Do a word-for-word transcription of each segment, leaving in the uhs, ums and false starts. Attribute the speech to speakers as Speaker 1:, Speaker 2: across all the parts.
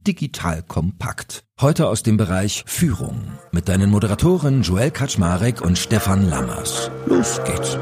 Speaker 1: Digital Kompakt. Heute aus dem Bereich Führung mit deinen Moderatoren Joel Kaczmarek und Stefan Lammers. Los geht's.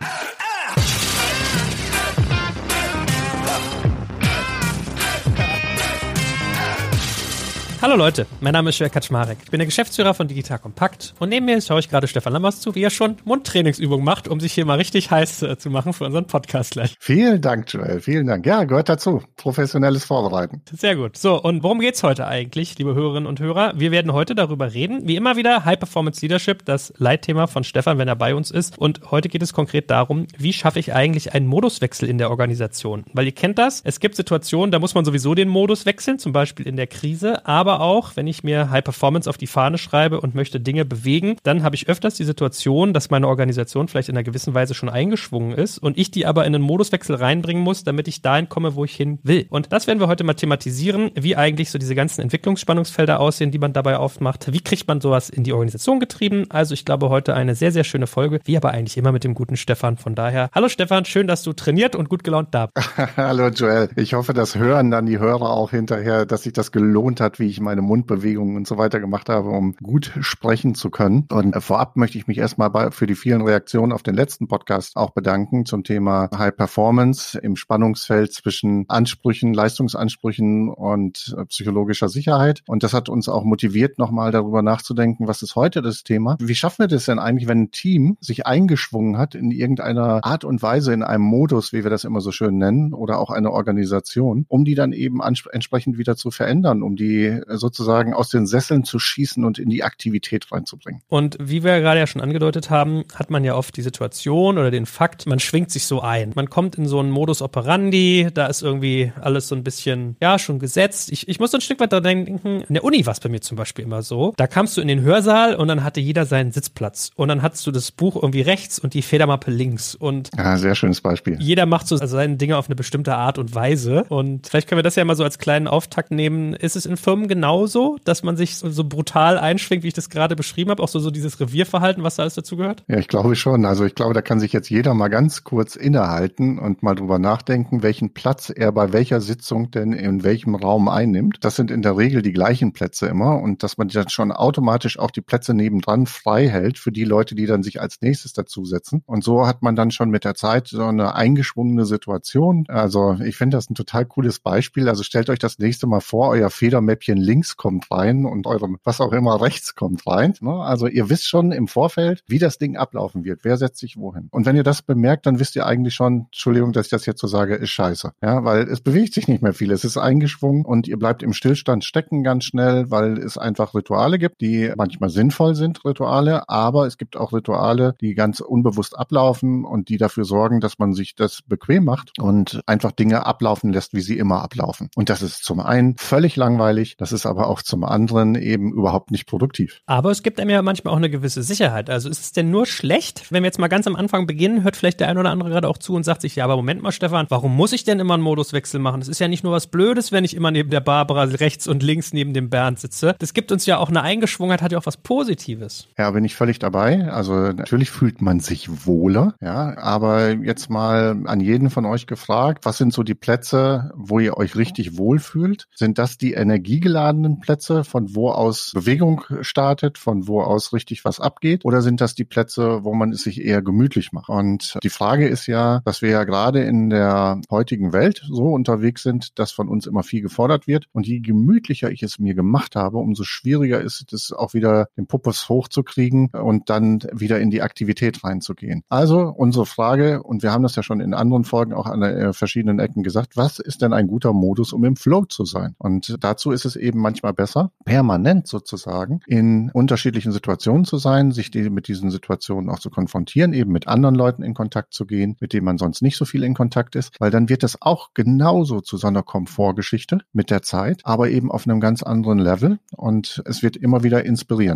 Speaker 2: Hallo Leute, mein Name ist Joel Kaczmarek. Ich bin der Geschäftsführer von Digital Kompakt und neben mir schaue ich gerade Stefan Lammers zu, wie er schon Mundtrainingsübungen macht, um sich hier mal richtig heiß äh, zu machen für unseren Podcast gleich.
Speaker 3: Vielen Dank, Joel, vielen Dank. Ja, gehört dazu. Professionelles Vorbereiten.
Speaker 2: Sehr gut. So, und worum geht's heute eigentlich, liebe Hörerinnen und Hörer? Wir werden heute darüber reden, wie immer wieder, High Performance Leadership, das Leitthema von Stefan, wenn er bei uns ist. Und heute geht es konkret darum, wie schaffe ich eigentlich einen Moduswechsel in der Organisation? Weil ihr kennt das, es gibt Situationen, da muss man sowieso den Modus wechseln, zum Beispiel in der Krise, aber Aber auch, wenn ich mir High Performance auf die Fahne schreibe und möchte Dinge bewegen, dann habe ich öfters die Situation, dass meine Organisation vielleicht in einer gewissen Weise schon eingeschwungen ist und ich die aber in einen Moduswechsel reinbringen muss, damit ich dahin komme, wo ich hin will. Und das werden wir heute mal thematisieren, wie eigentlich so diese ganzen Entwicklungsspannungsfelder aussehen, die man dabei aufmacht. Wie kriegt man sowas in die Organisation getrieben? Also ich glaube, heute eine sehr, sehr schöne Folge, wie aber eigentlich immer mit dem guten Stefan. Von daher, hallo Stefan, schön, dass du trainiert und gut gelaunt da bist.
Speaker 3: Hallo Joel. Ich hoffe, das hören dann die Hörer auch hinterher, dass sich das gelohnt hat, wie ich meine Mundbewegungen und so weiter gemacht habe, um gut sprechen zu können. Und vorab möchte ich mich erstmal bei, für die vielen Reaktionen auf den letzten Podcast auch bedanken zum Thema High Performance im Spannungsfeld zwischen Ansprüchen, Leistungsansprüchen und äh, psychologischer Sicherheit. Und das hat uns auch motiviert, nochmal darüber nachzudenken, was ist heute das Thema? Wie schaffen wir das denn eigentlich, wenn ein Team sich eingeschwungen hat in irgendeiner Art und Weise, in einem Modus, wie wir das immer so schön nennen, oder auch eine Organisation, um die dann eben ans- entsprechend wieder zu verändern, um die sozusagen aus den Sesseln zu schießen und in die Aktivität reinzubringen.
Speaker 2: Und wie wir gerade ja schon angedeutet haben, hat man ja oft die Situation oder den Fakt, man schwingt sich so ein. Man kommt in so einen Modus operandi, da ist irgendwie alles so ein bisschen, ja, schon gesetzt. Ich, ich muss so ein Stück weit daran denken, in der Uni war es bei mir zum Beispiel immer so, da kamst du in den Hörsaal und dann hatte jeder seinen Sitzplatz und dann hattest du das Buch irgendwie rechts und die Federmappe links und
Speaker 3: ja, sehr schönes Beispiel.
Speaker 2: Jeder macht so seine Dinge auf eine bestimmte Art und Weise und vielleicht können wir das ja mal so als kleinen Auftakt nehmen. Ist es in Firmen genauso, dass man sich so, so brutal einschwingt, wie ich das gerade beschrieben habe, auch so, so dieses Revierverhalten, was da alles dazu gehört?
Speaker 3: Ja, ich glaube schon. Also ich glaube, da kann sich jetzt jeder mal ganz kurz innehalten und mal drüber nachdenken, welchen Platz er bei welcher Sitzung denn in welchem Raum einnimmt. Das sind in der Regel die gleichen Plätze immer und dass man dann schon automatisch auch die Plätze nebendran frei hält für die Leute, die dann sich als nächstes dazusetzen. Und so hat man dann schon mit der Zeit so eine eingeschwungene Situation. Also ich finde das ein total cooles Beispiel. Also stellt euch das nächste Mal vor, euer Federmäppchen links kommt rein und eurem was auch immer rechts kommt rein. Also ihr wisst schon im Vorfeld, wie das Ding ablaufen wird. Wer setzt sich wohin? Und wenn ihr das bemerkt, dann wisst ihr eigentlich schon, Entschuldigung, dass ich das jetzt so sage, ist scheiße. Ja, weil es bewegt sich nicht mehr viel. Es ist eingeschwungen und ihr bleibt im Stillstand stecken ganz schnell, weil es einfach Rituale gibt, die manchmal sinnvoll sind, Rituale, aber es gibt auch Rituale, die ganz unbewusst ablaufen und die dafür sorgen, dass man sich das bequem macht und einfach Dinge ablaufen lässt, wie sie immer ablaufen. Und das ist zum einen völlig langweilig, das ist aber auch zum anderen eben überhaupt nicht produktiv.
Speaker 2: Aber es gibt einem ja manchmal auch eine gewisse Sicherheit. Also ist es denn nur schlecht, wenn wir jetzt mal ganz am Anfang beginnen, hört vielleicht der ein oder andere gerade auch zu und sagt sich, ja, aber Moment mal, Stefan, warum muss ich denn immer einen Moduswechsel machen? Das ist ja nicht nur was Blödes, wenn ich immer neben der Barbara rechts und links neben dem Bernd sitze. Das gibt uns ja auch eine Eingeschwungenheit, hat ja auch was Positives.
Speaker 3: Ja, bin ich völlig dabei. Also natürlich fühlt man sich wohler, ja, aber jetzt mal an jeden von euch gefragt, was sind so die Plätze, wo ihr euch richtig wohlfühlt? Sind das die energiegeladenen Plätze, von wo aus Bewegung startet, von wo aus richtig was abgeht? Oder sind das die Plätze, wo man es sich eher gemütlich macht? Und die Frage ist ja, dass wir ja gerade in der heutigen Welt so unterwegs sind, dass von uns immer viel gefordert wird. Und je gemütlicher ich es mir gemacht habe, umso schwieriger ist es auch wieder, den Puppes hochzukriegen und dann wieder in die Aktivität reinzugehen. Also unsere Frage, und wir haben das ja schon in anderen Folgen auch an äh, verschiedenen Ecken gesagt, was ist denn ein guter Modus, um im Flow zu sein? Und dazu ist es eben manchmal besser, permanent sozusagen in unterschiedlichen Situationen zu sein, sich die, mit diesen Situationen auch zu konfrontieren, eben mit anderen Leuten in Kontakt zu gehen, mit denen man sonst nicht so viel in Kontakt ist, weil dann wird das auch genauso zu so einer Komfortgeschichte mit der Zeit, aber eben auf einem ganz anderen Level und es wird immer wieder inspirierend sein.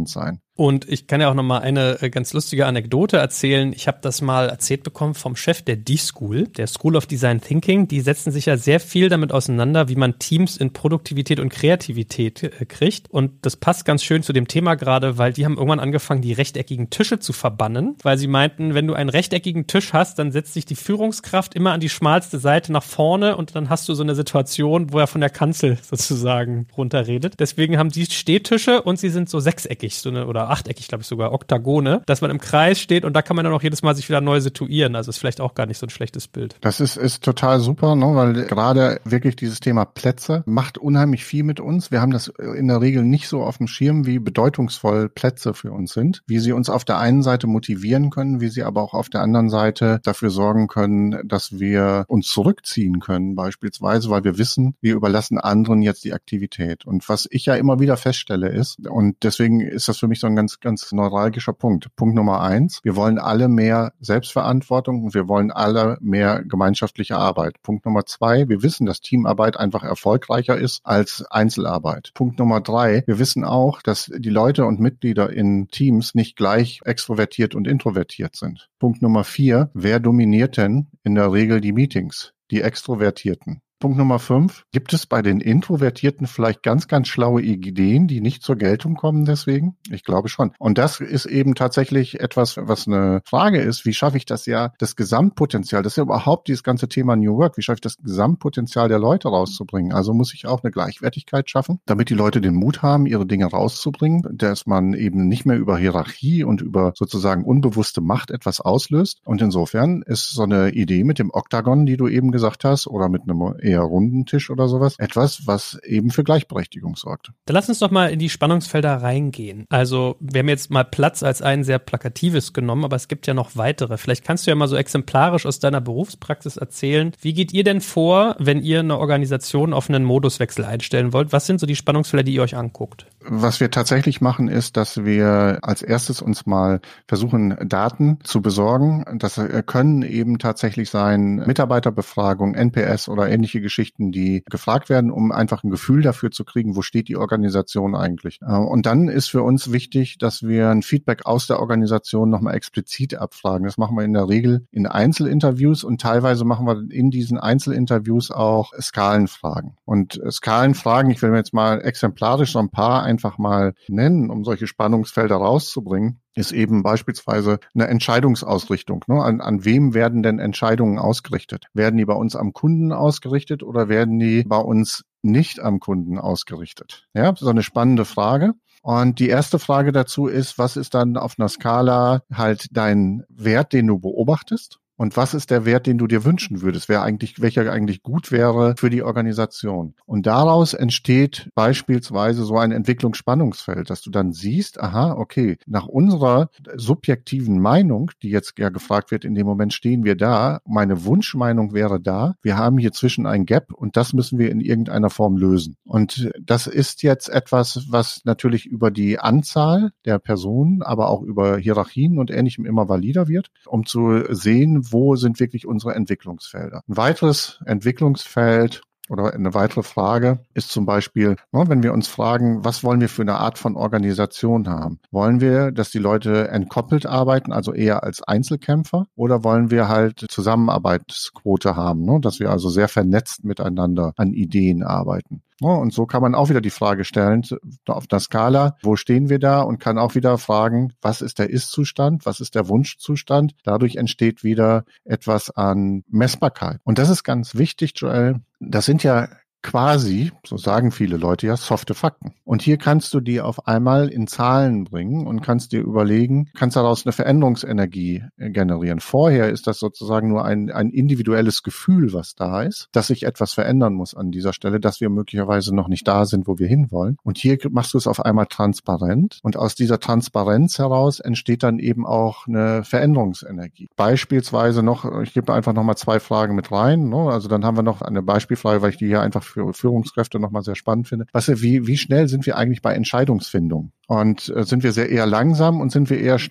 Speaker 2: Und ich kann ja auch noch mal eine ganz lustige Anekdote erzählen. Ich habe das mal erzählt bekommen vom Chef der D-School, der School of Design Thinking. Die setzen sich ja sehr viel damit auseinander, wie man Teams in Produktivität und Kreativität äh, kriegt. Und das passt ganz schön zu dem Thema gerade, weil die haben irgendwann angefangen, die rechteckigen Tische zu verbannen, weil sie meinten, wenn du einen rechteckigen Tisch hast, dann setzt sich die Führungskraft immer an die schmalste Seite nach vorne und dann hast du so eine Situation, wo er von der Kanzel sozusagen runterredet. Deswegen haben die Stehtische und sie sind so sechseckig, so eine, oder achteckig, glaube ich sogar, Oktagone, dass man im Kreis steht und da kann man dann auch jedes Mal sich wieder neu situieren. Also ist vielleicht auch gar nicht so ein schlechtes Bild.
Speaker 3: Das ist, ist total super, ne? Weil gerade wirklich dieses Thema Plätze macht unheimlich viel mit uns. Wir haben das in der Regel nicht so auf dem Schirm, wie bedeutungsvoll Plätze für uns sind, wie sie uns auf der einen Seite motivieren können, wie sie aber auch auf der anderen Seite dafür sorgen können, dass wir uns zurückziehen können, beispielsweise, weil wir wissen, wir überlassen anderen jetzt die Aktivität. Und was ich ja immer wieder feststelle ist, und deswegen ist das für mich so ein ganz, ganz neuralgischer Punkt. Punkt Nummer eins, wir wollen alle mehr Selbstverantwortung und wir wollen alle mehr gemeinschaftliche Arbeit. Punkt Nummer zwei, wir wissen, dass Teamarbeit einfach erfolgreicher ist als Einzelarbeit. Punkt Nummer drei, wir wissen auch, dass die Leute und Mitglieder in Teams nicht gleich extrovertiert und introvertiert sind. Punkt Nummer vier, wer dominiert denn in der Regel die Meetings? Die Extrovertierten. Punkt Nummer fünf. Gibt es bei den Introvertierten vielleicht ganz, ganz schlaue Ideen, die nicht zur Geltung kommen deswegen? Ich glaube schon. Und das ist eben tatsächlich etwas, was eine Frage ist. Wie schaffe ich das ja, das Gesamtpotenzial, das ist ja überhaupt dieses ganze Thema New Work, wie schaffe ich das Gesamtpotenzial der Leute rauszubringen? Also muss ich auch eine Gleichwertigkeit schaffen, damit die Leute den Mut haben, ihre Dinge rauszubringen, dass man eben nicht mehr über Hierarchie und über sozusagen unbewusste Macht etwas auslöst. Und insofern ist so eine Idee mit dem Oktagon, die du eben gesagt hast, oder mit einem eher runden Tisch oder sowas, etwas, was eben für Gleichberechtigung sorgt.
Speaker 2: Dann lass uns doch mal in die Spannungsfelder reingehen. Also wir haben jetzt mal Platz als ein sehr plakatives genommen, aber es gibt ja noch weitere. Vielleicht kannst du ja mal so exemplarisch aus deiner Berufspraxis erzählen, wie geht ihr denn vor, wenn ihr eine Organisation auf einen Moduswechsel einstellen wollt? Was sind so die Spannungsfelder, die ihr euch anguckt?
Speaker 3: Was wir tatsächlich machen, ist, dass wir als erstes uns mal versuchen, Daten zu besorgen. Das können eben tatsächlich sein Mitarbeiterbefragung, N P S oder ähnliche Geschichten, die gefragt werden, um einfach ein Gefühl dafür zu kriegen, wo steht die Organisation eigentlich. Und dann ist für uns wichtig, dass wir ein Feedback aus der Organisation nochmal explizit abfragen. Das machen wir in der Regel in Einzelinterviews und teilweise machen wir in diesen Einzelinterviews auch Skalenfragen. Und Skalenfragen, ich will mir jetzt mal exemplarisch so ein paar einfach mal nennen, um solche Spannungsfelder rauszubringen, ist eben beispielsweise eine Entscheidungsausrichtung. Ne? An, an wem werden denn Entscheidungen ausgerichtet? Werden die bei uns am Kunden ausgerichtet oder werden die bei uns nicht am Kunden ausgerichtet? Ja, so eine spannende Frage. Und die erste Frage dazu ist, was ist dann auf einer Skala halt dein Wert, den du beobachtest? Und was ist der Wert, den du dir wünschen würdest, wer eigentlich, welcher eigentlich gut wäre für die Organisation? Und daraus entsteht beispielsweise so ein Entwicklungsspannungsfeld, dass du dann siehst, aha, okay, nach unserer subjektiven Meinung, die jetzt ja gefragt wird, in dem Moment stehen wir da, meine Wunschmeinung wäre da, wir haben hier zwischen ein Gap und das müssen wir in irgendeiner Form lösen. Und das ist jetzt etwas, was natürlich über die Anzahl der Personen, aber auch über Hierarchien und Ähnlichem immer valider wird, um zu sehen, wo sind wirklich unsere Entwicklungsfelder. Ein weiteres Entwicklungsfeld oder eine weitere Frage ist zum Beispiel, wenn wir uns fragen, was wollen wir für eine Art von Organisation haben? Wollen wir, dass die Leute entkoppelt arbeiten, also eher als Einzelkämpfer, oder wollen wir halt Zusammenarbeitsquote haben, dass wir also sehr vernetzt miteinander an Ideen arbeiten? Und so kann man auch wieder die Frage stellen, auf der Skala, wo stehen wir da, und kann auch wieder fragen, was ist der Ist-Zustand, was ist der Wunschzustand? Dadurch entsteht wieder etwas an Messbarkeit. Und das ist ganz wichtig, Joel. Das sind ja quasi, so sagen viele Leute ja, softe Fakten. Und hier kannst du die auf einmal in Zahlen bringen und kannst dir überlegen, kannst daraus eine Veränderungsenergie generieren. Vorher ist das sozusagen nur ein, ein individuelles Gefühl, was da ist, dass sich etwas verändern muss an dieser Stelle, dass wir möglicherweise noch nicht da sind, wo wir hinwollen. Und hier machst du es auf einmal transparent. Und aus dieser Transparenz heraus entsteht dann eben auch eine Veränderungsenergie. Beispielsweise noch, ich gebe einfach nochmal zwei Fragen mit rein. Ne? Also dann haben wir noch eine Beispielfrage, weil ich die hier einfach für Führungskräfte nochmal sehr spannend finde. Was, wie, wie schnell sind wir eigentlich bei Entscheidungsfindung? Und äh, sind wir sehr eher langsam und sind wir eher schnell?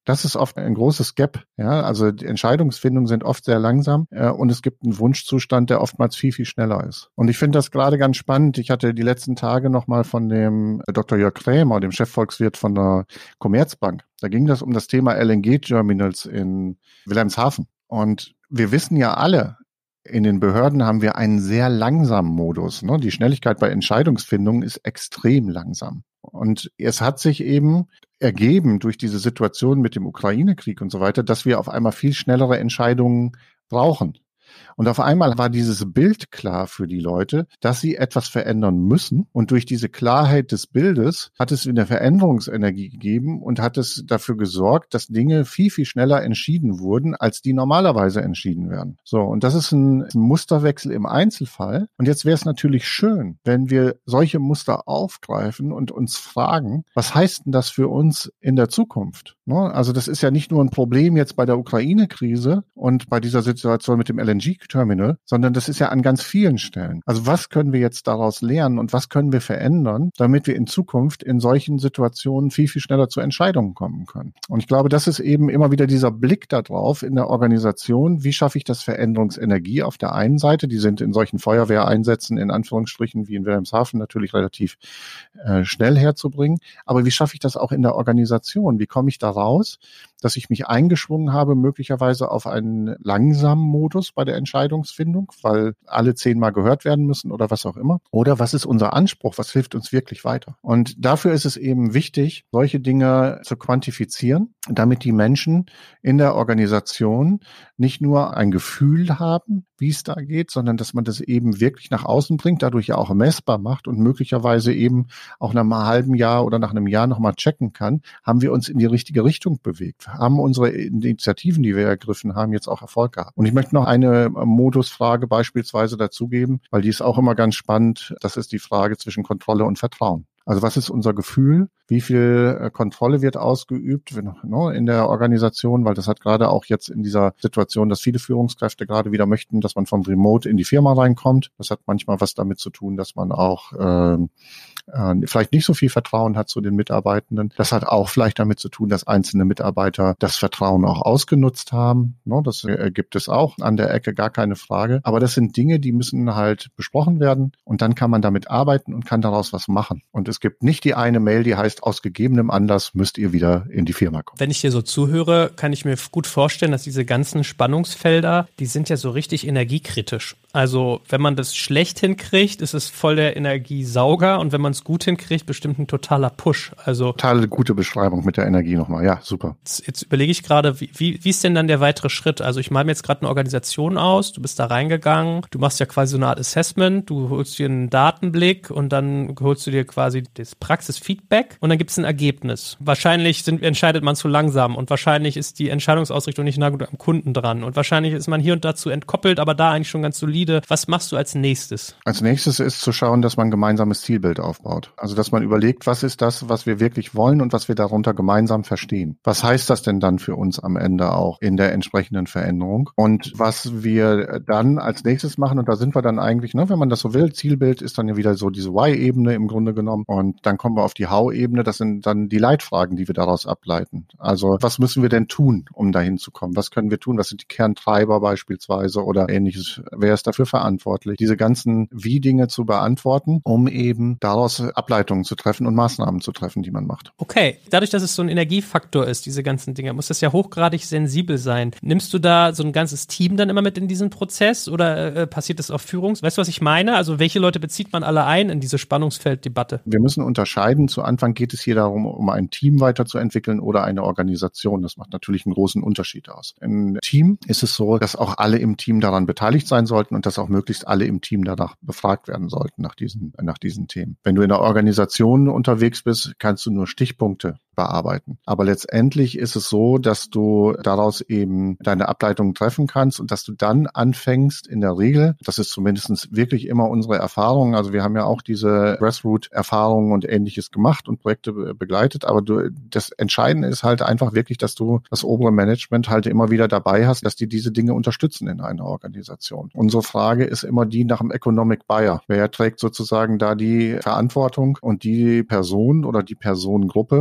Speaker 3: Das ist oft ein großes Gap. Ja, also die Entscheidungsfindungen sind oft sehr langsam äh, und es gibt einen Wunschzustand, der oftmals viel, viel schneller ist. Und ich finde das gerade ganz spannend. Ich hatte die letzten Tage nochmal von dem Doktor Jörg Krämer, dem Chefvolkswirt von der Commerzbank. Da ging das um das Thema L N G-Terminals in Wilhelmshaven. Und wir wissen ja alle, in den Behörden haben wir einen sehr langsamen Modus. Ne? Die Schnelligkeit bei Entscheidungsfindungen ist extrem langsam. Und es hat sich eben ergeben durch diese Situation mit dem Ukraine-Krieg und so weiter, dass wir auf einmal viel schnellere Entscheidungen brauchen. Und auf einmal war dieses Bild klar für die Leute, dass sie etwas verändern müssen. Und durch diese Klarheit des Bildes hat es eine Veränderungsenergie gegeben und hat es dafür gesorgt, dass Dinge viel, viel schneller entschieden wurden, als die normalerweise entschieden werden. So, und das ist ein, ein Musterwechsel im Einzelfall. Und jetzt wäre es natürlich schön, wenn wir solche Muster aufgreifen und uns fragen, was heißt denn das für uns in der Zukunft? Ne? Also das ist ja nicht nur ein Problem jetzt bei der Ukraine-Krise und bei dieser Situation mit dem L N G-Terminal, sondern das ist ja an ganz vielen Stellen. Also was können wir jetzt daraus lernen und was können wir verändern, damit wir in Zukunft in solchen Situationen viel, viel schneller zu Entscheidungen kommen können? Und ich glaube, das ist eben immer wieder dieser Blick darauf in der Organisation, wie schaffe ich das Veränderungsenergie auf der einen Seite, die sind in solchen Feuerwehreinsätzen in Anführungsstrichen wie in Wilhelmshaven natürlich relativ äh, schnell herzubringen, aber wie schaffe ich das auch in der Organisation? Wie komme ich da raus, dass ich mich eingeschwungen habe, möglicherweise auf einen langsamen Modus bei der Entscheidungsfindung, weil alle zehnmal gehört werden müssen oder was auch immer. Oder was ist unser Anspruch? Was hilft uns wirklich weiter? Und dafür ist es eben wichtig, solche Dinge zu quantifizieren, damit die Menschen in der Organisation nicht nur ein Gefühl haben, wie es da geht, sondern dass man das eben wirklich nach außen bringt, dadurch ja auch messbar macht und möglicherweise eben auch nach einem halben Jahr oder nach einem Jahr nochmal checken kann, haben wir uns in die richtige Richtung bewegt, haben unsere Initiativen, die wir ergriffen haben, jetzt auch Erfolg gehabt. Und ich möchte noch eine Modusfrage beispielsweise dazugeben, weil die ist auch immer ganz spannend. Das ist die Frage zwischen Kontrolle und Vertrauen. Also was ist unser Gefühl? Wie viel Kontrolle wird ausgeübt in der Organisation? Weil das hat gerade auch jetzt in dieser Situation, dass viele Führungskräfte gerade wieder möchten, dass man vom Remote in die Firma reinkommt. Das hat manchmal was damit zu tun, dass man auch äh, äh, vielleicht nicht so viel Vertrauen hat zu den Mitarbeitenden. Das hat auch vielleicht damit zu tun, dass einzelne Mitarbeiter das Vertrauen auch ausgenutzt haben. Das äh, gibt es auch an der Ecke, gar keine Frage. Aber das sind Dinge, die müssen halt besprochen werden und dann kann man damit arbeiten und kann daraus was machen. Und es gibt nicht die eine Mail, die heißt, aus gegebenem Anlass müsst ihr wieder in die Firma kommen.
Speaker 2: Wenn ich dir so zuhöre, kann ich mir gut vorstellen, dass diese ganzen Spannungsfelder, die sind ja so richtig energiekritisch. Also wenn man das schlecht hinkriegt, ist es voll der Energiesauger und wenn man es gut hinkriegt, bestimmt ein totaler Push. Also
Speaker 3: totale gute Beschreibung mit der Energie nochmal. Ja, super.
Speaker 2: Jetzt, jetzt überlege ich gerade, wie, wie, wie ist denn dann der weitere Schritt? Also ich male mir jetzt gerade eine Organisation aus, du bist da reingegangen, du machst ja quasi so eine Art Assessment, du holst dir einen Datenblick und dann holst du dir quasi das Praxisfeedback und dann gibt es ein Ergebnis. Wahrscheinlich sind, entscheidet man zu langsam und wahrscheinlich ist die Entscheidungsausrichtung nicht nah gut am Kunden dran und wahrscheinlich ist man hier und da zu entkoppelt, aber da eigentlich schon ganz solide. Was machst du als nächstes?
Speaker 3: Als nächstes ist zu schauen, dass man ein gemeinsames Zielbild aufbaut. Also dass man überlegt, was ist das, was wir wirklich wollen und was wir darunter gemeinsam verstehen. Was heißt das denn dann für uns am Ende auch in der entsprechenden Veränderung? Und was wir dann als nächstes machen, und da sind wir dann eigentlich, ne, wenn man das so will, Zielbild ist dann ja wieder so diese Why-Ebene im Grunde genommen und dann kommen wir auf die How-Ebene, das sind dann die Leitfragen, die wir daraus ableiten. Also was müssen wir denn tun, um dahin zu kommen? Was können wir tun? Was sind die Kerntreiber beispielsweise oder ähnliches? Wer ist dafür verantwortlich? Diese ganzen Wie-Dinge zu beantworten, um eben daraus Ableitungen zu treffen und Maßnahmen zu treffen, die man macht.
Speaker 2: Okay, dadurch, dass es so ein Energiefaktor ist, diese ganzen Dinge, muss das ja hochgradig sensibel sein. Nimmst du da so ein ganzes Team dann immer mit in diesen Prozess oder äh, passiert das auf Führungs? Weißt du, was ich meine? Also welche Leute bezieht man alle ein in diese Spannungsfelddebatte?
Speaker 3: Wir müssen unterscheiden. Zu Anfang geht es hier darum, um ein Team weiterzuentwickeln oder eine Organisation. Das macht natürlich einen großen Unterschied aus. Im Team ist es so, dass auch alle im Team daran beteiligt sein sollten und dass auch möglichst alle im Team danach befragt werden sollten nach diesen, nach diesen Themen. Wenn du in der Organisation unterwegs bist, kannst du nur Stichpunkte bearbeiten. Aber letztendlich ist es so, dass du daraus eben deine Ableitungen treffen kannst und dass du dann anfängst, in der Regel, das ist zumindest wirklich immer unsere Erfahrung, also wir haben ja auch diese Grassroot-Erfahrungen und Ähnliches gemacht und Projekte begleitet, aber du, das Entscheidende ist halt einfach wirklich, dass du das obere Management halt immer wieder dabei hast, dass die diese Dinge unterstützen in einer Organisation. Unsere Frage ist immer die nach dem Economic Buyer. Wer trägt sozusagen da die Verantwortung und die Person oder die Personengruppe, die das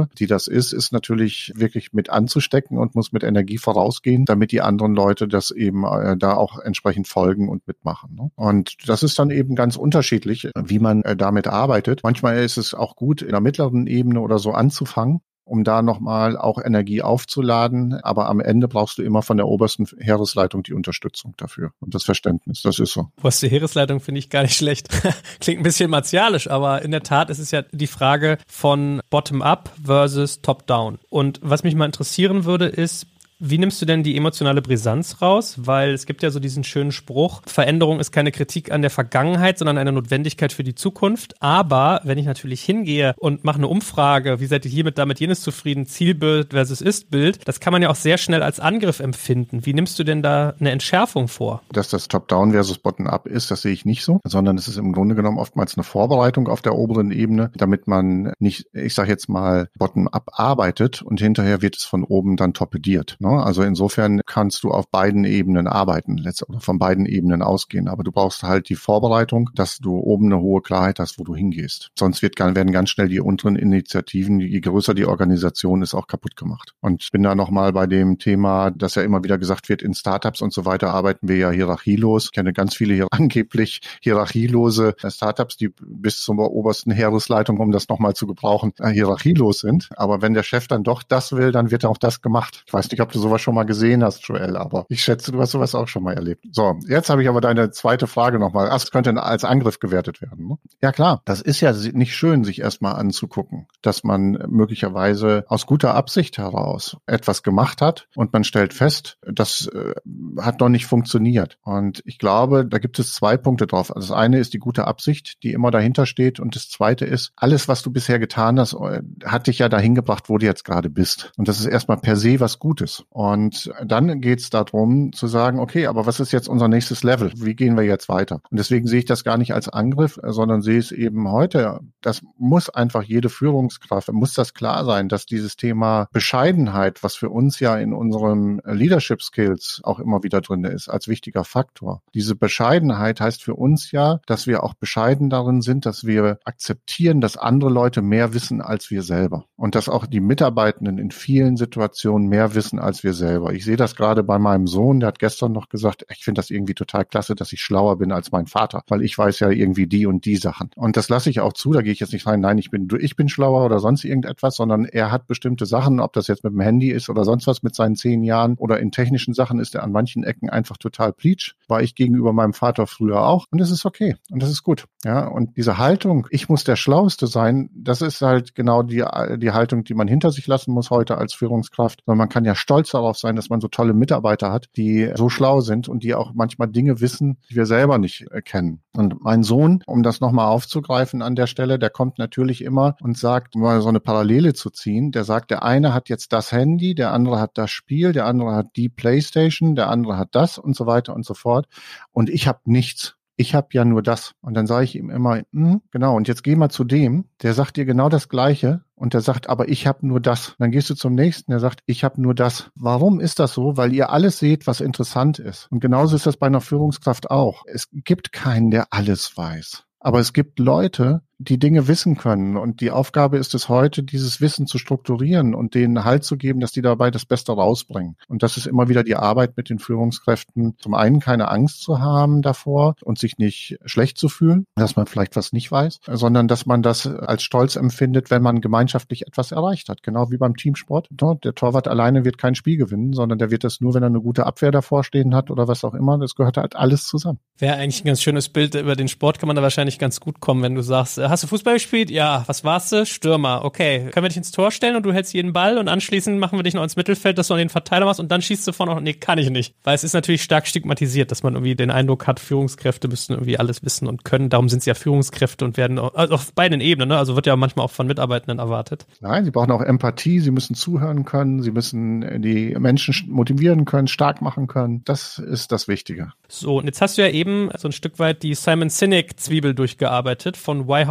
Speaker 3: das ist, ist natürlich wirklich mit anzustecken und muss mit Energie vorausgehen, damit die anderen Leute das eben äh, da auch entsprechend folgen und mitmachen. Ne? Und das ist dann eben ganz unterschiedlich, wie man äh, damit arbeitet. Manchmal ist es auch gut, in der mittleren Ebene oder so anzufangen, um da nochmal auch Energie aufzuladen. Aber am Ende brauchst du immer von der obersten Heeresleitung die Unterstützung dafür und das Verständnis. Das ist so.
Speaker 2: Oberste Heeresleitung finde ich gar nicht schlecht. Klingt ein bisschen martialisch, aber in der Tat ist es ja die Frage von Bottom-up versus Top-down. Und was mich mal interessieren würde, ist, wie nimmst du denn die emotionale Brisanz raus? Weil es gibt ja so diesen schönen Spruch, Veränderung ist keine Kritik an der Vergangenheit, sondern eine Notwendigkeit für die Zukunft. Aber wenn ich natürlich hingehe und mache eine Umfrage, wie seid ihr hiermit, damit, jenes zufrieden, Zielbild versus Ist-Bild, das kann man ja auch sehr schnell als Angriff empfinden. Wie nimmst du denn da eine Entschärfung vor?
Speaker 3: Dass das Top-Down versus Bottom-up ist, das sehe ich nicht so, sondern es ist im Grunde genommen oftmals eine Vorbereitung auf der oberen Ebene, damit man nicht, ich sage jetzt mal, Bottom-up arbeitet und hinterher wird es von oben dann torpediert. Also insofern kannst du auf beiden Ebenen arbeiten, oder von beiden Ebenen ausgehen. Aber du brauchst halt die Vorbereitung, dass du oben eine hohe Klarheit hast, wo du hingehst. Sonst wird, werden ganz schnell die unteren Initiativen, je größer die Organisation ist, auch kaputt gemacht. Und ich bin da nochmal bei dem Thema, dass ja immer wieder gesagt wird, in Startups und so weiter arbeiten wir ja hierarchielos. Ich kenne ganz viele hier angeblich hierarchielose Startups, die bis zur obersten Heeresleitung, um das nochmal zu gebrauchen, hierarchielos sind. Aber wenn der Chef dann doch das will, dann wird auch das gemacht. Ich weiß nicht, ob du sowas schon mal gesehen hast, Joel, aber ich schätze, du hast sowas auch schon mal erlebt. So, jetzt habe ich aber deine zweite Frage nochmal. Ach, es könnte als Angriff gewertet werden. Ne? Ja klar, das ist ja nicht schön, sich erstmal anzugucken, dass man möglicherweise aus guter Absicht heraus etwas gemacht hat und man stellt fest, das äh, hat noch nicht funktioniert. Und ich glaube, da gibt es zwei Punkte drauf. Also das eine ist die gute Absicht, die immer dahinter steht, und das zweite ist, alles, was du bisher getan hast, hat dich ja dahin gebracht, wo du jetzt gerade bist. Und das ist erstmal per se was Gutes. Und dann geht es darum zu sagen, okay, aber was ist jetzt unser nächstes Level? Wie gehen wir jetzt weiter? Und deswegen sehe ich das gar nicht als Angriff, sondern sehe es eben heute, das muss einfach jede Führungskraft, muss das klar sein, dass dieses Thema Bescheidenheit, was für uns ja in unseren Leadership Skills auch immer wieder drin ist, als wichtiger Faktor. Diese Bescheidenheit heißt für uns ja, dass wir auch bescheiden darin sind, dass wir akzeptieren, dass andere Leute mehr wissen als wir selber. Und dass auch die Mitarbeitenden in vielen Situationen mehr wissen als wir selber. Ich sehe das gerade bei meinem Sohn, der hat gestern noch gesagt, ich finde das irgendwie total klasse, dass ich schlauer bin als mein Vater, weil ich weiß ja irgendwie die und die Sachen. Und das lasse ich auch zu, da gehe ich jetzt nicht rein, nein, ich bin ich bin schlauer oder sonst irgendetwas, sondern er hat bestimmte Sachen, ob das jetzt mit dem Handy ist oder sonst was mit seinen zehn Jahren oder in technischen Sachen ist er an manchen Ecken einfach total pleatsch, war ich gegenüber meinem Vater früher auch, und das ist okay und das ist gut. Ja, und diese Haltung, ich muss der Schlauste sein, das ist halt genau die, die Haltung, die man hinter sich lassen muss heute als Führungskraft, weil man kann ja stolz darauf sein, dass man so tolle Mitarbeiter hat, die so schlau sind und die auch manchmal Dinge wissen, die wir selber nicht kennen. Und mein Sohn, um das nochmal aufzugreifen an der Stelle, der kommt natürlich immer und sagt, um mal so eine Parallele zu ziehen, der sagt, der eine hat jetzt das Handy, der andere hat das Spiel, der andere hat die Playstation, der andere hat das und so weiter und so fort. Und ich habe nichts. Ich habe ja nur das. Und dann sage ich ihm immer, hm, genau, und jetzt geh mal zu dem, der sagt dir genau das Gleiche und der sagt, aber ich habe nur das. Und dann gehst du zum nächsten, der sagt, ich habe nur das. Warum ist das so? Weil ihr alles seht, was interessant ist. Und genauso ist das bei einer Führungskraft auch. Es gibt keinen, der alles weiß. Aber es gibt Leute, die Dinge wissen können. Und die Aufgabe ist es heute, dieses Wissen zu strukturieren und denen Halt zu geben, dass die dabei das Beste rausbringen. Und das ist immer wieder die Arbeit mit den Führungskräften. Zum einen keine Angst zu haben davor und sich nicht schlecht zu fühlen, dass man vielleicht was nicht weiß, sondern dass man das als Stolz empfindet, wenn man gemeinschaftlich etwas erreicht hat. Genau wie beim Teamsport. Der Torwart alleine wird kein Spiel gewinnen, sondern der wird das nur, wenn er eine gute Abwehr davor stehen hat oder was auch immer. Das gehört halt alles zusammen.
Speaker 2: Wäre eigentlich ein ganz schönes Bild. Über den Sport kann man da wahrscheinlich ganz gut kommen, wenn du sagst, hast du Fußball gespielt? Ja. Was warst du? Stürmer. Okay. Können wir dich ins Tor stellen und du hältst jeden Ball und anschließend machen wir dich noch ins Mittelfeld, dass du an den Verteiler machst und dann schießt du vorne noch. Nee, kann ich nicht. Weil es ist natürlich stark stigmatisiert, dass man irgendwie den Eindruck hat, Führungskräfte müssten irgendwie alles wissen und können. Darum sind sie ja Führungskräfte und werden auch, also auf beiden Ebenen, ne? Also wird ja manchmal auch von Mitarbeitenden erwartet.
Speaker 3: Nein, sie brauchen auch Empathie, sie müssen zuhören können, sie müssen die Menschen motivieren können, stark machen können. Das ist das Wichtige.
Speaker 2: So, und jetzt hast du ja eben so ein Stück weit die Simon Sinek-Zwiebel durchgearbeitet, von Why, How,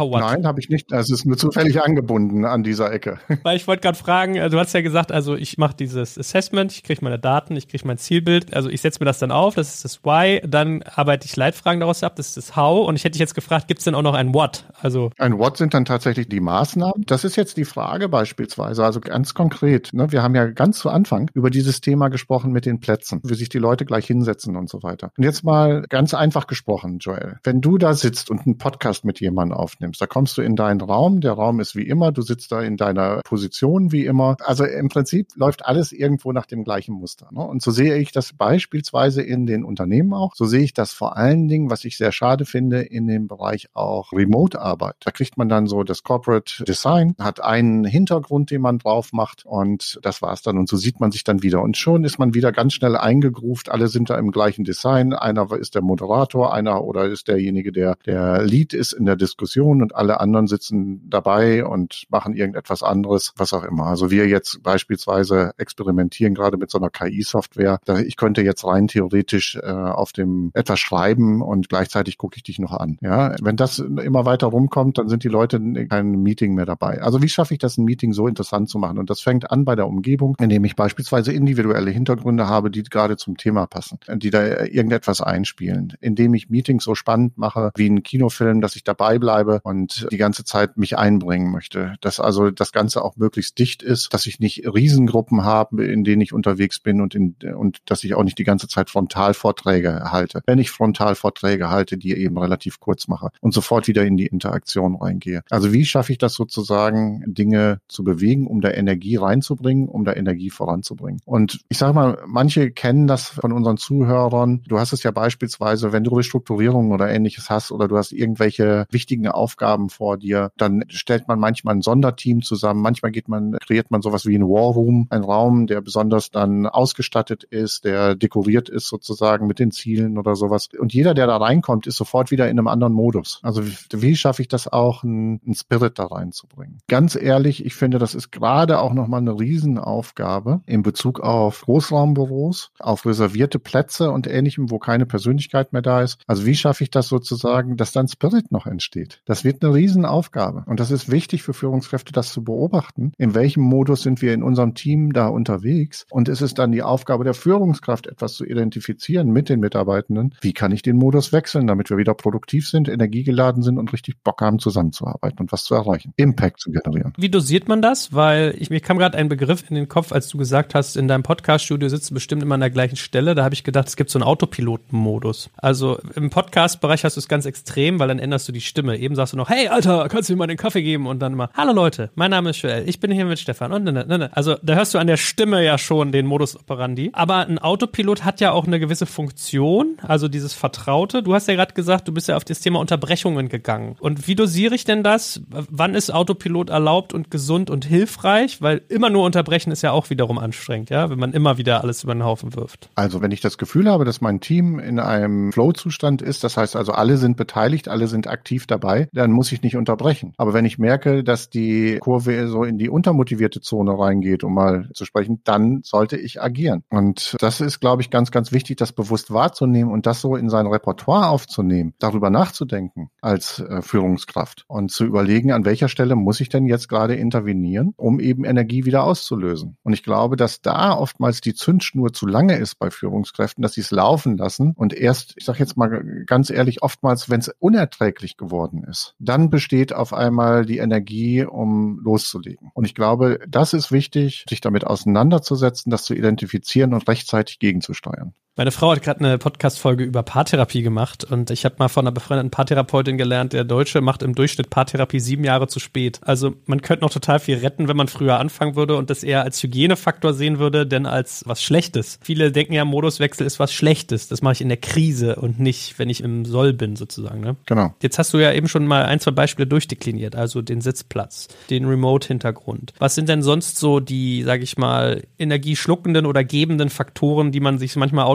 Speaker 2: How What?
Speaker 3: Nein, habe ich nicht. Es ist nur zufällig angebunden an dieser Ecke.
Speaker 2: Weil ich wollte gerade fragen, du hast ja gesagt, also ich mache dieses Assessment, ich kriege meine Daten, ich kriege mein Zielbild, also ich setze mir das dann auf, das ist das Why, dann arbeite ich Leitfragen daraus ab, das ist das How und ich hätte dich jetzt gefragt, gibt es denn auch noch ein What? Also
Speaker 3: ein What sind dann tatsächlich die Maßnahmen. Das ist jetzt die Frage beispielsweise, also ganz konkret. Ne? Wir haben ja ganz zu Anfang über dieses Thema gesprochen mit den Plätzen, wie sich die Leute gleich hinsetzen und so weiter. Und jetzt mal ganz einfach gesprochen, Joel. Wenn du da sitzt und einen Podcast mit jemandem aufnimmst, da kommst du in deinen Raum, der Raum ist wie immer, du sitzt da in deiner Position wie immer. Also im Prinzip läuft alles irgendwo nach dem gleichen Muster. Ne? Und so sehe ich das beispielsweise in den Unternehmen auch. So sehe ich das vor allen Dingen, was ich sehr schade finde, in dem Bereich auch Remote-Arbeit. Da kriegt man dann so das Corporate Design, hat einen Hintergrund, den man drauf macht und das war's dann. Und so sieht man sich dann wieder. Und schon ist man wieder ganz schnell eingegruft. Alle sind da im gleichen Design. Einer ist der Moderator, einer oder ist derjenige, der der Lead ist in der Diskussion und alle anderen sitzen dabei und machen irgendetwas anderes, was auch immer. Also wir jetzt beispielsweise experimentieren gerade mit so einer K I-Software. Ich könnte jetzt rein theoretisch äh, auf dem etwas schreiben und gleichzeitig gucke ich dich noch an. Ja, wenn das immer weiter rumkommt, dann sind die Leute in keinem Meeting mehr dabei. Also wie schaffe ich das, ein Meeting so interessant zu machen? Und das fängt an bei der Umgebung, indem ich beispielsweise individuelle Hintergründe habe, die gerade zum Thema passen, die da irgendetwas einspielen, indem ich Meetings so spannend mache wie ein Kinofilm, dass ich dabei bleibe und die ganze Zeit mich einbringen möchte. Dass also das Ganze auch möglichst dicht ist, dass ich nicht Riesengruppen habe, in denen ich unterwegs bin und in, und dass ich auch nicht die ganze Zeit Frontalvorträge halte. Wenn ich Frontalvorträge halte, die eben relativ kurz mache und sofort wieder in die Interaktion reingehe. Also wie schaffe ich das sozusagen, Dinge zu bewegen, um da Energie reinzubringen, um da Energie voranzubringen? Und ich sage mal, manche kennen das von unseren Zuhörern. Du hast es ja beispielsweise, wenn du Restrukturierungen oder Ähnliches hast oder du hast irgendwelche wichtigen Aufgaben vor dir, dann stellt man manchmal ein Sonderteam zusammen. Manchmal geht man, kreiert man sowas wie ein War Room, ein Raum, der besonders dann ausgestattet ist, der dekoriert ist sozusagen mit den Zielen oder sowas. Und jeder, der da reinkommt, ist sofort wieder in einem anderen Modus. Also wie, wie schaffe ich das auch, einen, einen Spirit da reinzubringen? Ganz ehrlich, ich finde, das ist gerade auch nochmal eine Riesenaufgabe in Bezug auf Großraumbüros, auf reservierte Plätze und Ähnlichem, wo keine Persönlichkeit mehr da ist. Also wie schaffe ich das sozusagen, dass dann Spirit noch entsteht? Das wird eine Riesenaufgabe. Und das ist wichtig für Führungskräfte, das zu beobachten. In welchem Modus sind wir in unserem Team da unterwegs? Und es ist dann die Aufgabe der Führungskraft, etwas zu identifizieren mit den Mitarbeitenden. Wie kann ich den Modus wechseln, damit wir wieder produktiv sind, energiegeladen sind und richtig Bock haben, zusammenzuarbeiten und was zu erreichen, Impact zu generieren.
Speaker 2: Wie dosiert man das? Weil ich, mir kam gerade ein Begriff in den Kopf, als du gesagt hast, in deinem Podcast-Studio sitzt du bestimmt immer an der gleichen Stelle. Da habe ich gedacht, es gibt so einen Autopiloten-Modus. Also im Podcast-Bereich hast du es ganz extrem, weil dann änderst du die Stimme. Eben sagst du noch, hey Alter, kannst du mir mal den Kaffee geben? Und dann immer, hallo Leute, mein Name ist Joel, ich bin hier mit Stefan. Und ne, ne, ne. Also da hörst du an der Stimme ja schon den Modus operandi. Aber ein Autopilot hat ja auch eine gewisse Funktion, also dieses Vertraute. Du hast ja gerade gesagt, du bist ja auf das Thema Unterbrechungen gegangen. Und wie dosiere ich denn das? Wann ist Autopilot erlaubt und gesund und hilfreich? Weil immer nur unterbrechen ist ja auch wiederum anstrengend, ja, wenn man immer wieder alles über den Haufen wirft.
Speaker 3: Also wenn ich das Gefühl habe, dass mein Team in einem Flow-Zustand ist, das heißt also alle sind beteiligt, alle sind aktiv dabei, dann muss ich nicht unterbrechen. Aber wenn ich merke, dass die Kurve so in die untermotivierte Zone reingeht, um mal zu sprechen, dann sollte ich agieren. Und das ist, glaube ich, ganz, ganz wichtig, das bewusst wahrzunehmen und das so in sein Repertoire aufzunehmen, darüber nachzudenken als äh, Führungskraft und zu überlegen, an welcher Stelle muss ich denn jetzt gerade intervenieren, um eben Energie wieder auszulösen. Und ich glaube, dass da oftmals die Zündschnur zu lange ist bei Führungskräften, dass sie es laufen lassen und erst, ich sage jetzt mal ganz ehrlich, oftmals, wenn es unerträglich geworden ist, dann besteht auf einmal die Energie, um loszulegen. Und ich glaube, das ist wichtig, sich damit auseinanderzusetzen, das zu identifizieren und rechtzeitig gegenzusteuern.
Speaker 2: Meine Frau hat gerade eine Podcast-Folge über Paartherapie gemacht und ich habe mal von einer befreundeten Paartherapeutin gelernt, der Deutsche macht im Durchschnitt Paartherapie sieben Jahre zu spät. Also man könnte noch total viel retten, wenn man früher anfangen würde und das eher als Hygienefaktor sehen würde, denn als was Schlechtes. Viele denken ja, Moduswechsel ist was Schlechtes. Das mache ich in der Krise und nicht, wenn ich im Soll bin sozusagen. Ne?
Speaker 3: Genau.
Speaker 2: Jetzt hast du ja eben schon mal ein, zwei Beispiele durchdekliniert, also den Sitzplatz, den Remote-Hintergrund. Was sind denn sonst so die, sage ich mal, energieschluckenden oder gebenden Faktoren, die man sich manchmal automatisch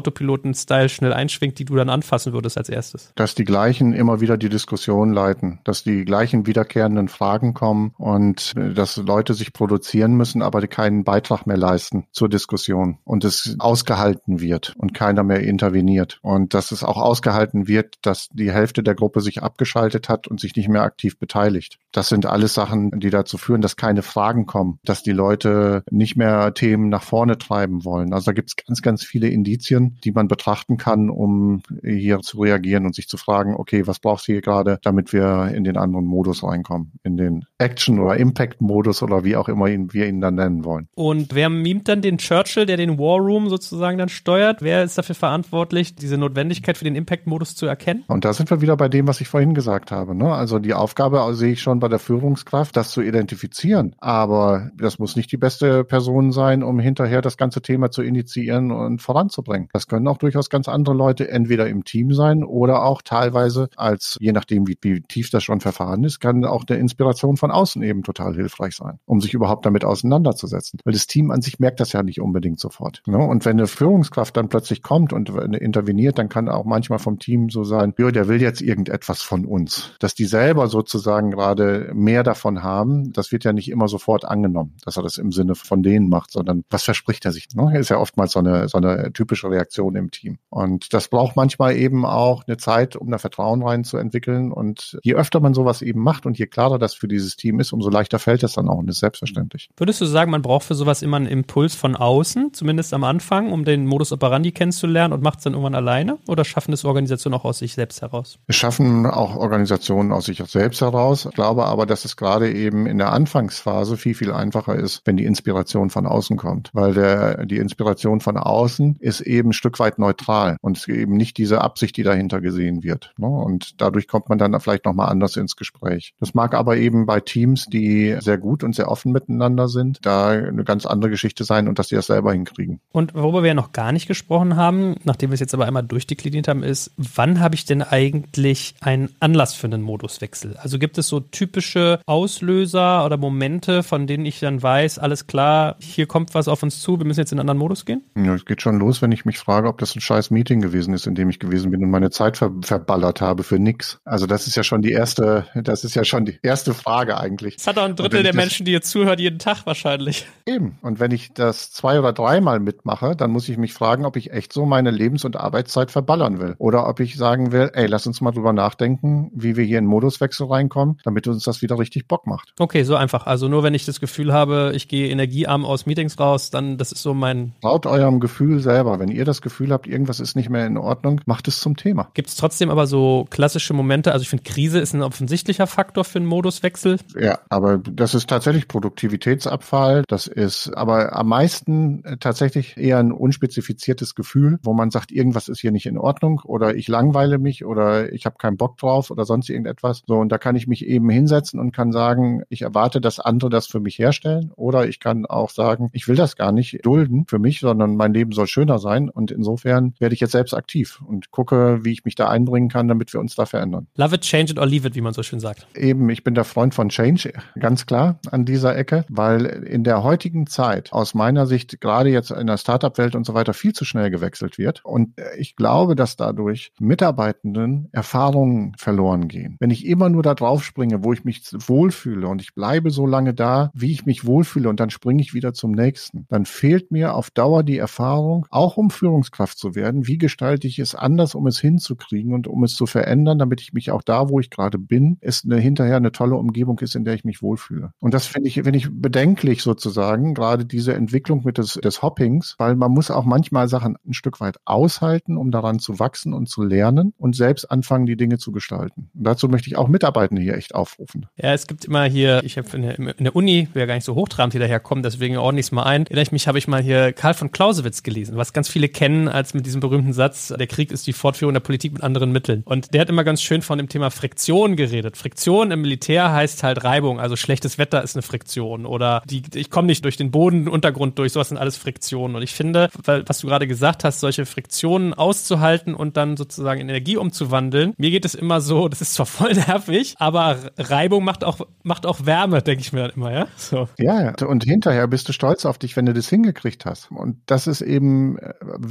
Speaker 2: Autopiloten-Style schnell einschwingt, die du dann anfassen würdest als erstes?
Speaker 3: Dass die gleichen immer wieder die Diskussion leiten, dass die gleichen wiederkehrenden Fragen kommen und dass Leute sich produzieren müssen, aber keinen Beitrag mehr leisten zur Diskussion und es ausgehalten wird und keiner mehr interveniert und dass es auch ausgehalten wird, dass die Hälfte der Gruppe sich abgeschaltet hat und sich nicht mehr aktiv beteiligt. Das sind alles Sachen, die dazu führen, dass keine Fragen kommen, dass die Leute nicht mehr Themen nach vorne treiben wollen. Also da gibt es ganz, ganz viele Indizien, die man betrachten kann, um hier zu reagieren und sich zu fragen, okay, was brauchst du hier gerade, damit wir in den anderen Modus reinkommen, in den Action- oder Impact-Modus oder wie auch immer ihn, wir ihn dann nennen wollen.
Speaker 2: Und wer mimt dann den Churchill, der den War Room sozusagen dann steuert? Wer ist dafür verantwortlich, diese Notwendigkeit für den Impact-Modus zu erkennen?
Speaker 3: Und da sind wir wieder bei dem, was ich vorhin gesagt habe. Ne? Also die Aufgabe sehe ich schon bei der Führungskraft, das zu identifizieren. Aber das muss nicht die beste Person sein, um hinterher das ganze Thema zu initiieren und voranzubringen. Das können auch durchaus ganz andere Leute entweder im Team sein oder auch teilweise als, je nachdem wie, wie tief das schon verfahren ist, kann auch der Inspiration von außen eben total hilfreich sein, um sich überhaupt damit auseinanderzusetzen. Weil das Team an sich merkt das ja nicht unbedingt sofort. Ne? Und wenn eine Führungskraft dann plötzlich kommt und interveniert, dann kann auch manchmal vom Team so sein, ja, der will jetzt irgendetwas von uns. Dass die selber sozusagen gerade mehr davon haben, das wird ja nicht immer sofort angenommen, dass er das im Sinne von denen macht, sondern was verspricht er sich? Ne? Ist ja oftmals so eine, so eine typische Reaktion im Team. Und das braucht manchmal eben auch eine Zeit, um da Vertrauen reinzuentwickeln. Und je öfter man sowas eben macht und je klarer das für dieses Team ist, umso leichter fällt es dann auch und ist selbstverständlich.
Speaker 2: Würdest du sagen, man braucht für sowas immer einen Impuls von außen, zumindest am Anfang, um den Modus operandi kennenzulernen und macht es dann irgendwann alleine? Oder schaffen es Organisationen auch aus sich selbst heraus?
Speaker 3: Wir schaffen auch Organisationen aus sich selbst heraus. Ich glaube aber, dass es gerade eben in der Anfangsphase viel, viel einfacher ist, wenn die Inspiration von außen kommt. Weil der, die Inspiration von außen ist eben ein Stück weit neutral und es ist eben nicht diese Absicht, die dahinter gesehen wird. Ne? Und dadurch kommt man dann vielleicht nochmal anders ins Gespräch. Das mag aber eben bei Teams, die sehr gut und sehr offen miteinander sind, da eine ganz andere Geschichte sein und dass die das selber hinkriegen.
Speaker 2: Und worüber wir ja noch gar nicht gesprochen haben, nachdem wir es jetzt aber einmal durchdekliniert haben, ist, wann habe ich denn eigentlich einen Anlass für einen Moduswechsel? Also gibt es so typische Auslöser oder Momente, von denen ich dann weiß, alles klar, hier kommt was auf uns zu, wir müssen jetzt in einen anderen Modus gehen?
Speaker 3: Ja, es geht schon los, wenn ich mich frage, ob das ein scheiß Meeting gewesen ist, in dem ich gewesen bin und meine Zeit ver- verballert habe für nix. Also das ist ja schon die erste, das ist ja schon die erste Frage eigentlich.
Speaker 2: Das hat auch ein Drittel der Menschen, die jetzt zuhört, jeden Tag wahrscheinlich.
Speaker 3: Eben. Und wenn ich das zwei oder dreimal mitmache, dann muss ich mich fragen, ob ich echt so meine Lebens- und Arbeitszeit verballern will. Oder ob ich sagen will, ey, lass uns mal drüber nachdenken, wie wir hier in Moduswechsel reinkommen, damit uns das wieder richtig Bock macht.
Speaker 2: Okay, so einfach. Also nur wenn ich das Gefühl habe, ich gehe energiearm aus Meetings raus, dann das ist so mein...
Speaker 3: Traut eurem Gefühl selber. Wenn ihr das Gefühl habt, irgendwas ist nicht mehr in Ordnung, macht es zum Thema.
Speaker 2: Gibt es trotzdem aber so klassische Momente, also ich finde, Krise ist ein offensichtlicher Faktor für einen Moduswechsel.
Speaker 3: Ja, aber das ist tatsächlich Produktivitätsabfall. Das ist aber am meisten tatsächlich eher ein unspezifiziertes Gefühl, wo man sagt, irgendwas ist hier nicht in Ordnung oder ich langweile mich oder ich habe keinen Bock drauf oder sonst irgendetwas. So, und da kann ich mich eben hinsetzen und kann sagen, ich erwarte, dass andere das für mich herstellen oder ich kann auch sagen, ich will das gar nicht dulden für mich, sondern mein Leben soll schöner sein und insofern werde ich jetzt selbst aktiv und gucke, wie ich mich da einbringen kann, damit wir uns da verändern.
Speaker 2: Love it, change it or leave it, wie man so schön sagt.
Speaker 3: Eben, ich bin der Freund von Change, ganz klar an dieser Ecke, weil in der heutigen Zeit aus meiner Sicht gerade jetzt in der Startup-Welt und so weiter viel zu schnell gewechselt wird und ich glaube, dass dadurch Mitarbeitenden Erfahrungen verloren gehen. Wenn ich immer nur da drauf springe, wo ich mich wohlfühle und ich bleibe so lange da, wie ich mich wohlfühle und dann springe ich wieder zum nächsten, dann fehlt mir auf Dauer die Erfahrung, auch um Führungskraft zu werden, wie gestalte ich es anders, um es hinzukriegen und um es zu verändern, damit ich mich auch da, wo ich gerade bin, es eine, hinterher eine tolle Umgebung ist, in der ich mich wohlfühle. Und das finde ich, finde ich bedenklich sozusagen, gerade diese Entwicklung mit des, des Hoppings, weil man muss auch manchmal Sachen ein Stück weit aushalten, um daran zu wachsen und zu lernen und selbst anfangen, die Dinge zu gestalten. Und dazu möchte ich auch Mitarbeitende hier echt aufrufen.
Speaker 2: Ja, es gibt immer hier, ich habe in der, in der Uni, wer gar nicht so hochtrabend hier daherkommt, deswegen ordne ich es mal ein, erinnere ich mich, habe ich mal hier Karl von Clausewitz gelesen, was ganz viele kennen als mit diesem berühmten Satz, der Krieg ist die Fortführung der Politik mit anderen Mitteln. Und der hat immer ganz schön von dem Thema Friktion geredet. Friktion im Militär heißt halt Reibung, also schlechtes Wetter ist eine Friktion oder die, ich komme nicht durch den Bodenuntergrund durch, sowas sind alles Friktionen. Und ich finde, weil, was du gerade gesagt hast, solche Friktionen auszuhalten und dann sozusagen in Energie umzuwandeln, mir geht es immer so, das ist zwar voll nervig, aber Reibung macht auch, macht auch Wärme, denke ich mir dann immer, ja? So.
Speaker 3: Ja, und hinterher bist du stolz auf dich, wenn du das hingekriegt hast. Und das ist eben wichtig.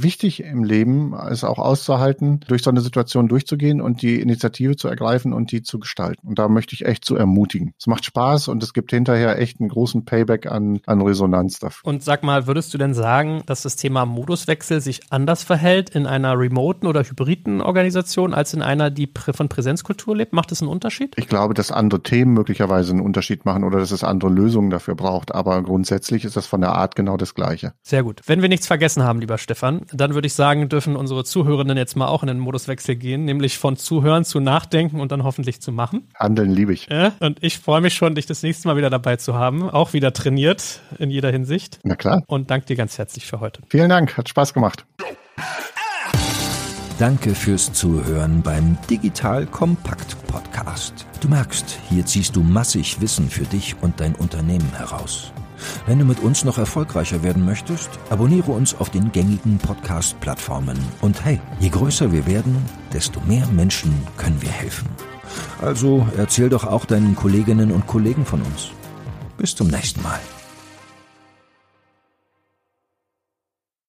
Speaker 3: wichtig im Leben, es auch auszuhalten, durch so eine Situation durchzugehen und die Initiative zu ergreifen und die zu gestalten. Und da möchte ich echt zu ermutigen. Es macht Spaß und es gibt hinterher echt einen großen Payback an, an Resonanz dafür.
Speaker 2: Und sag mal, würdest du denn sagen, dass das Thema Moduswechsel sich anders verhält in einer remoten oder hybriden Organisation als in einer, die von Präsenzkultur lebt? Macht das einen Unterschied?
Speaker 3: Ich glaube, dass andere Themen möglicherweise einen Unterschied machen oder dass es andere Lösungen dafür braucht. Aber grundsätzlich ist das von der Art genau das Gleiche.
Speaker 2: Sehr gut. Wenn wir nichts vergessen haben, lieber Stefan, dann würde ich sagen, dürfen unsere Zuhörenden jetzt mal auch in den Moduswechsel gehen, nämlich von Zuhören zu Nachdenken und dann hoffentlich zu machen.
Speaker 3: Handeln liebe ich.
Speaker 2: Ja, und ich freue mich schon, dich das nächste Mal wieder dabei zu haben. Auch wieder trainiert in jeder Hinsicht.
Speaker 3: Na klar.
Speaker 2: Und danke dir ganz herzlich für heute.
Speaker 3: Vielen Dank, hat Spaß gemacht.
Speaker 1: Danke fürs Zuhören beim Digital Kompakt Podcast. Du merkst, hier ziehst du massig Wissen für dich und dein Unternehmen heraus. Wenn du mit uns noch erfolgreicher werden möchtest, abonniere uns auf den gängigen Podcast-Plattformen. Und hey, je größer wir werden, desto mehr Menschen können wir helfen. Also erzähl doch auch deinen Kolleginnen und Kollegen von uns. Bis zum nächsten Mal.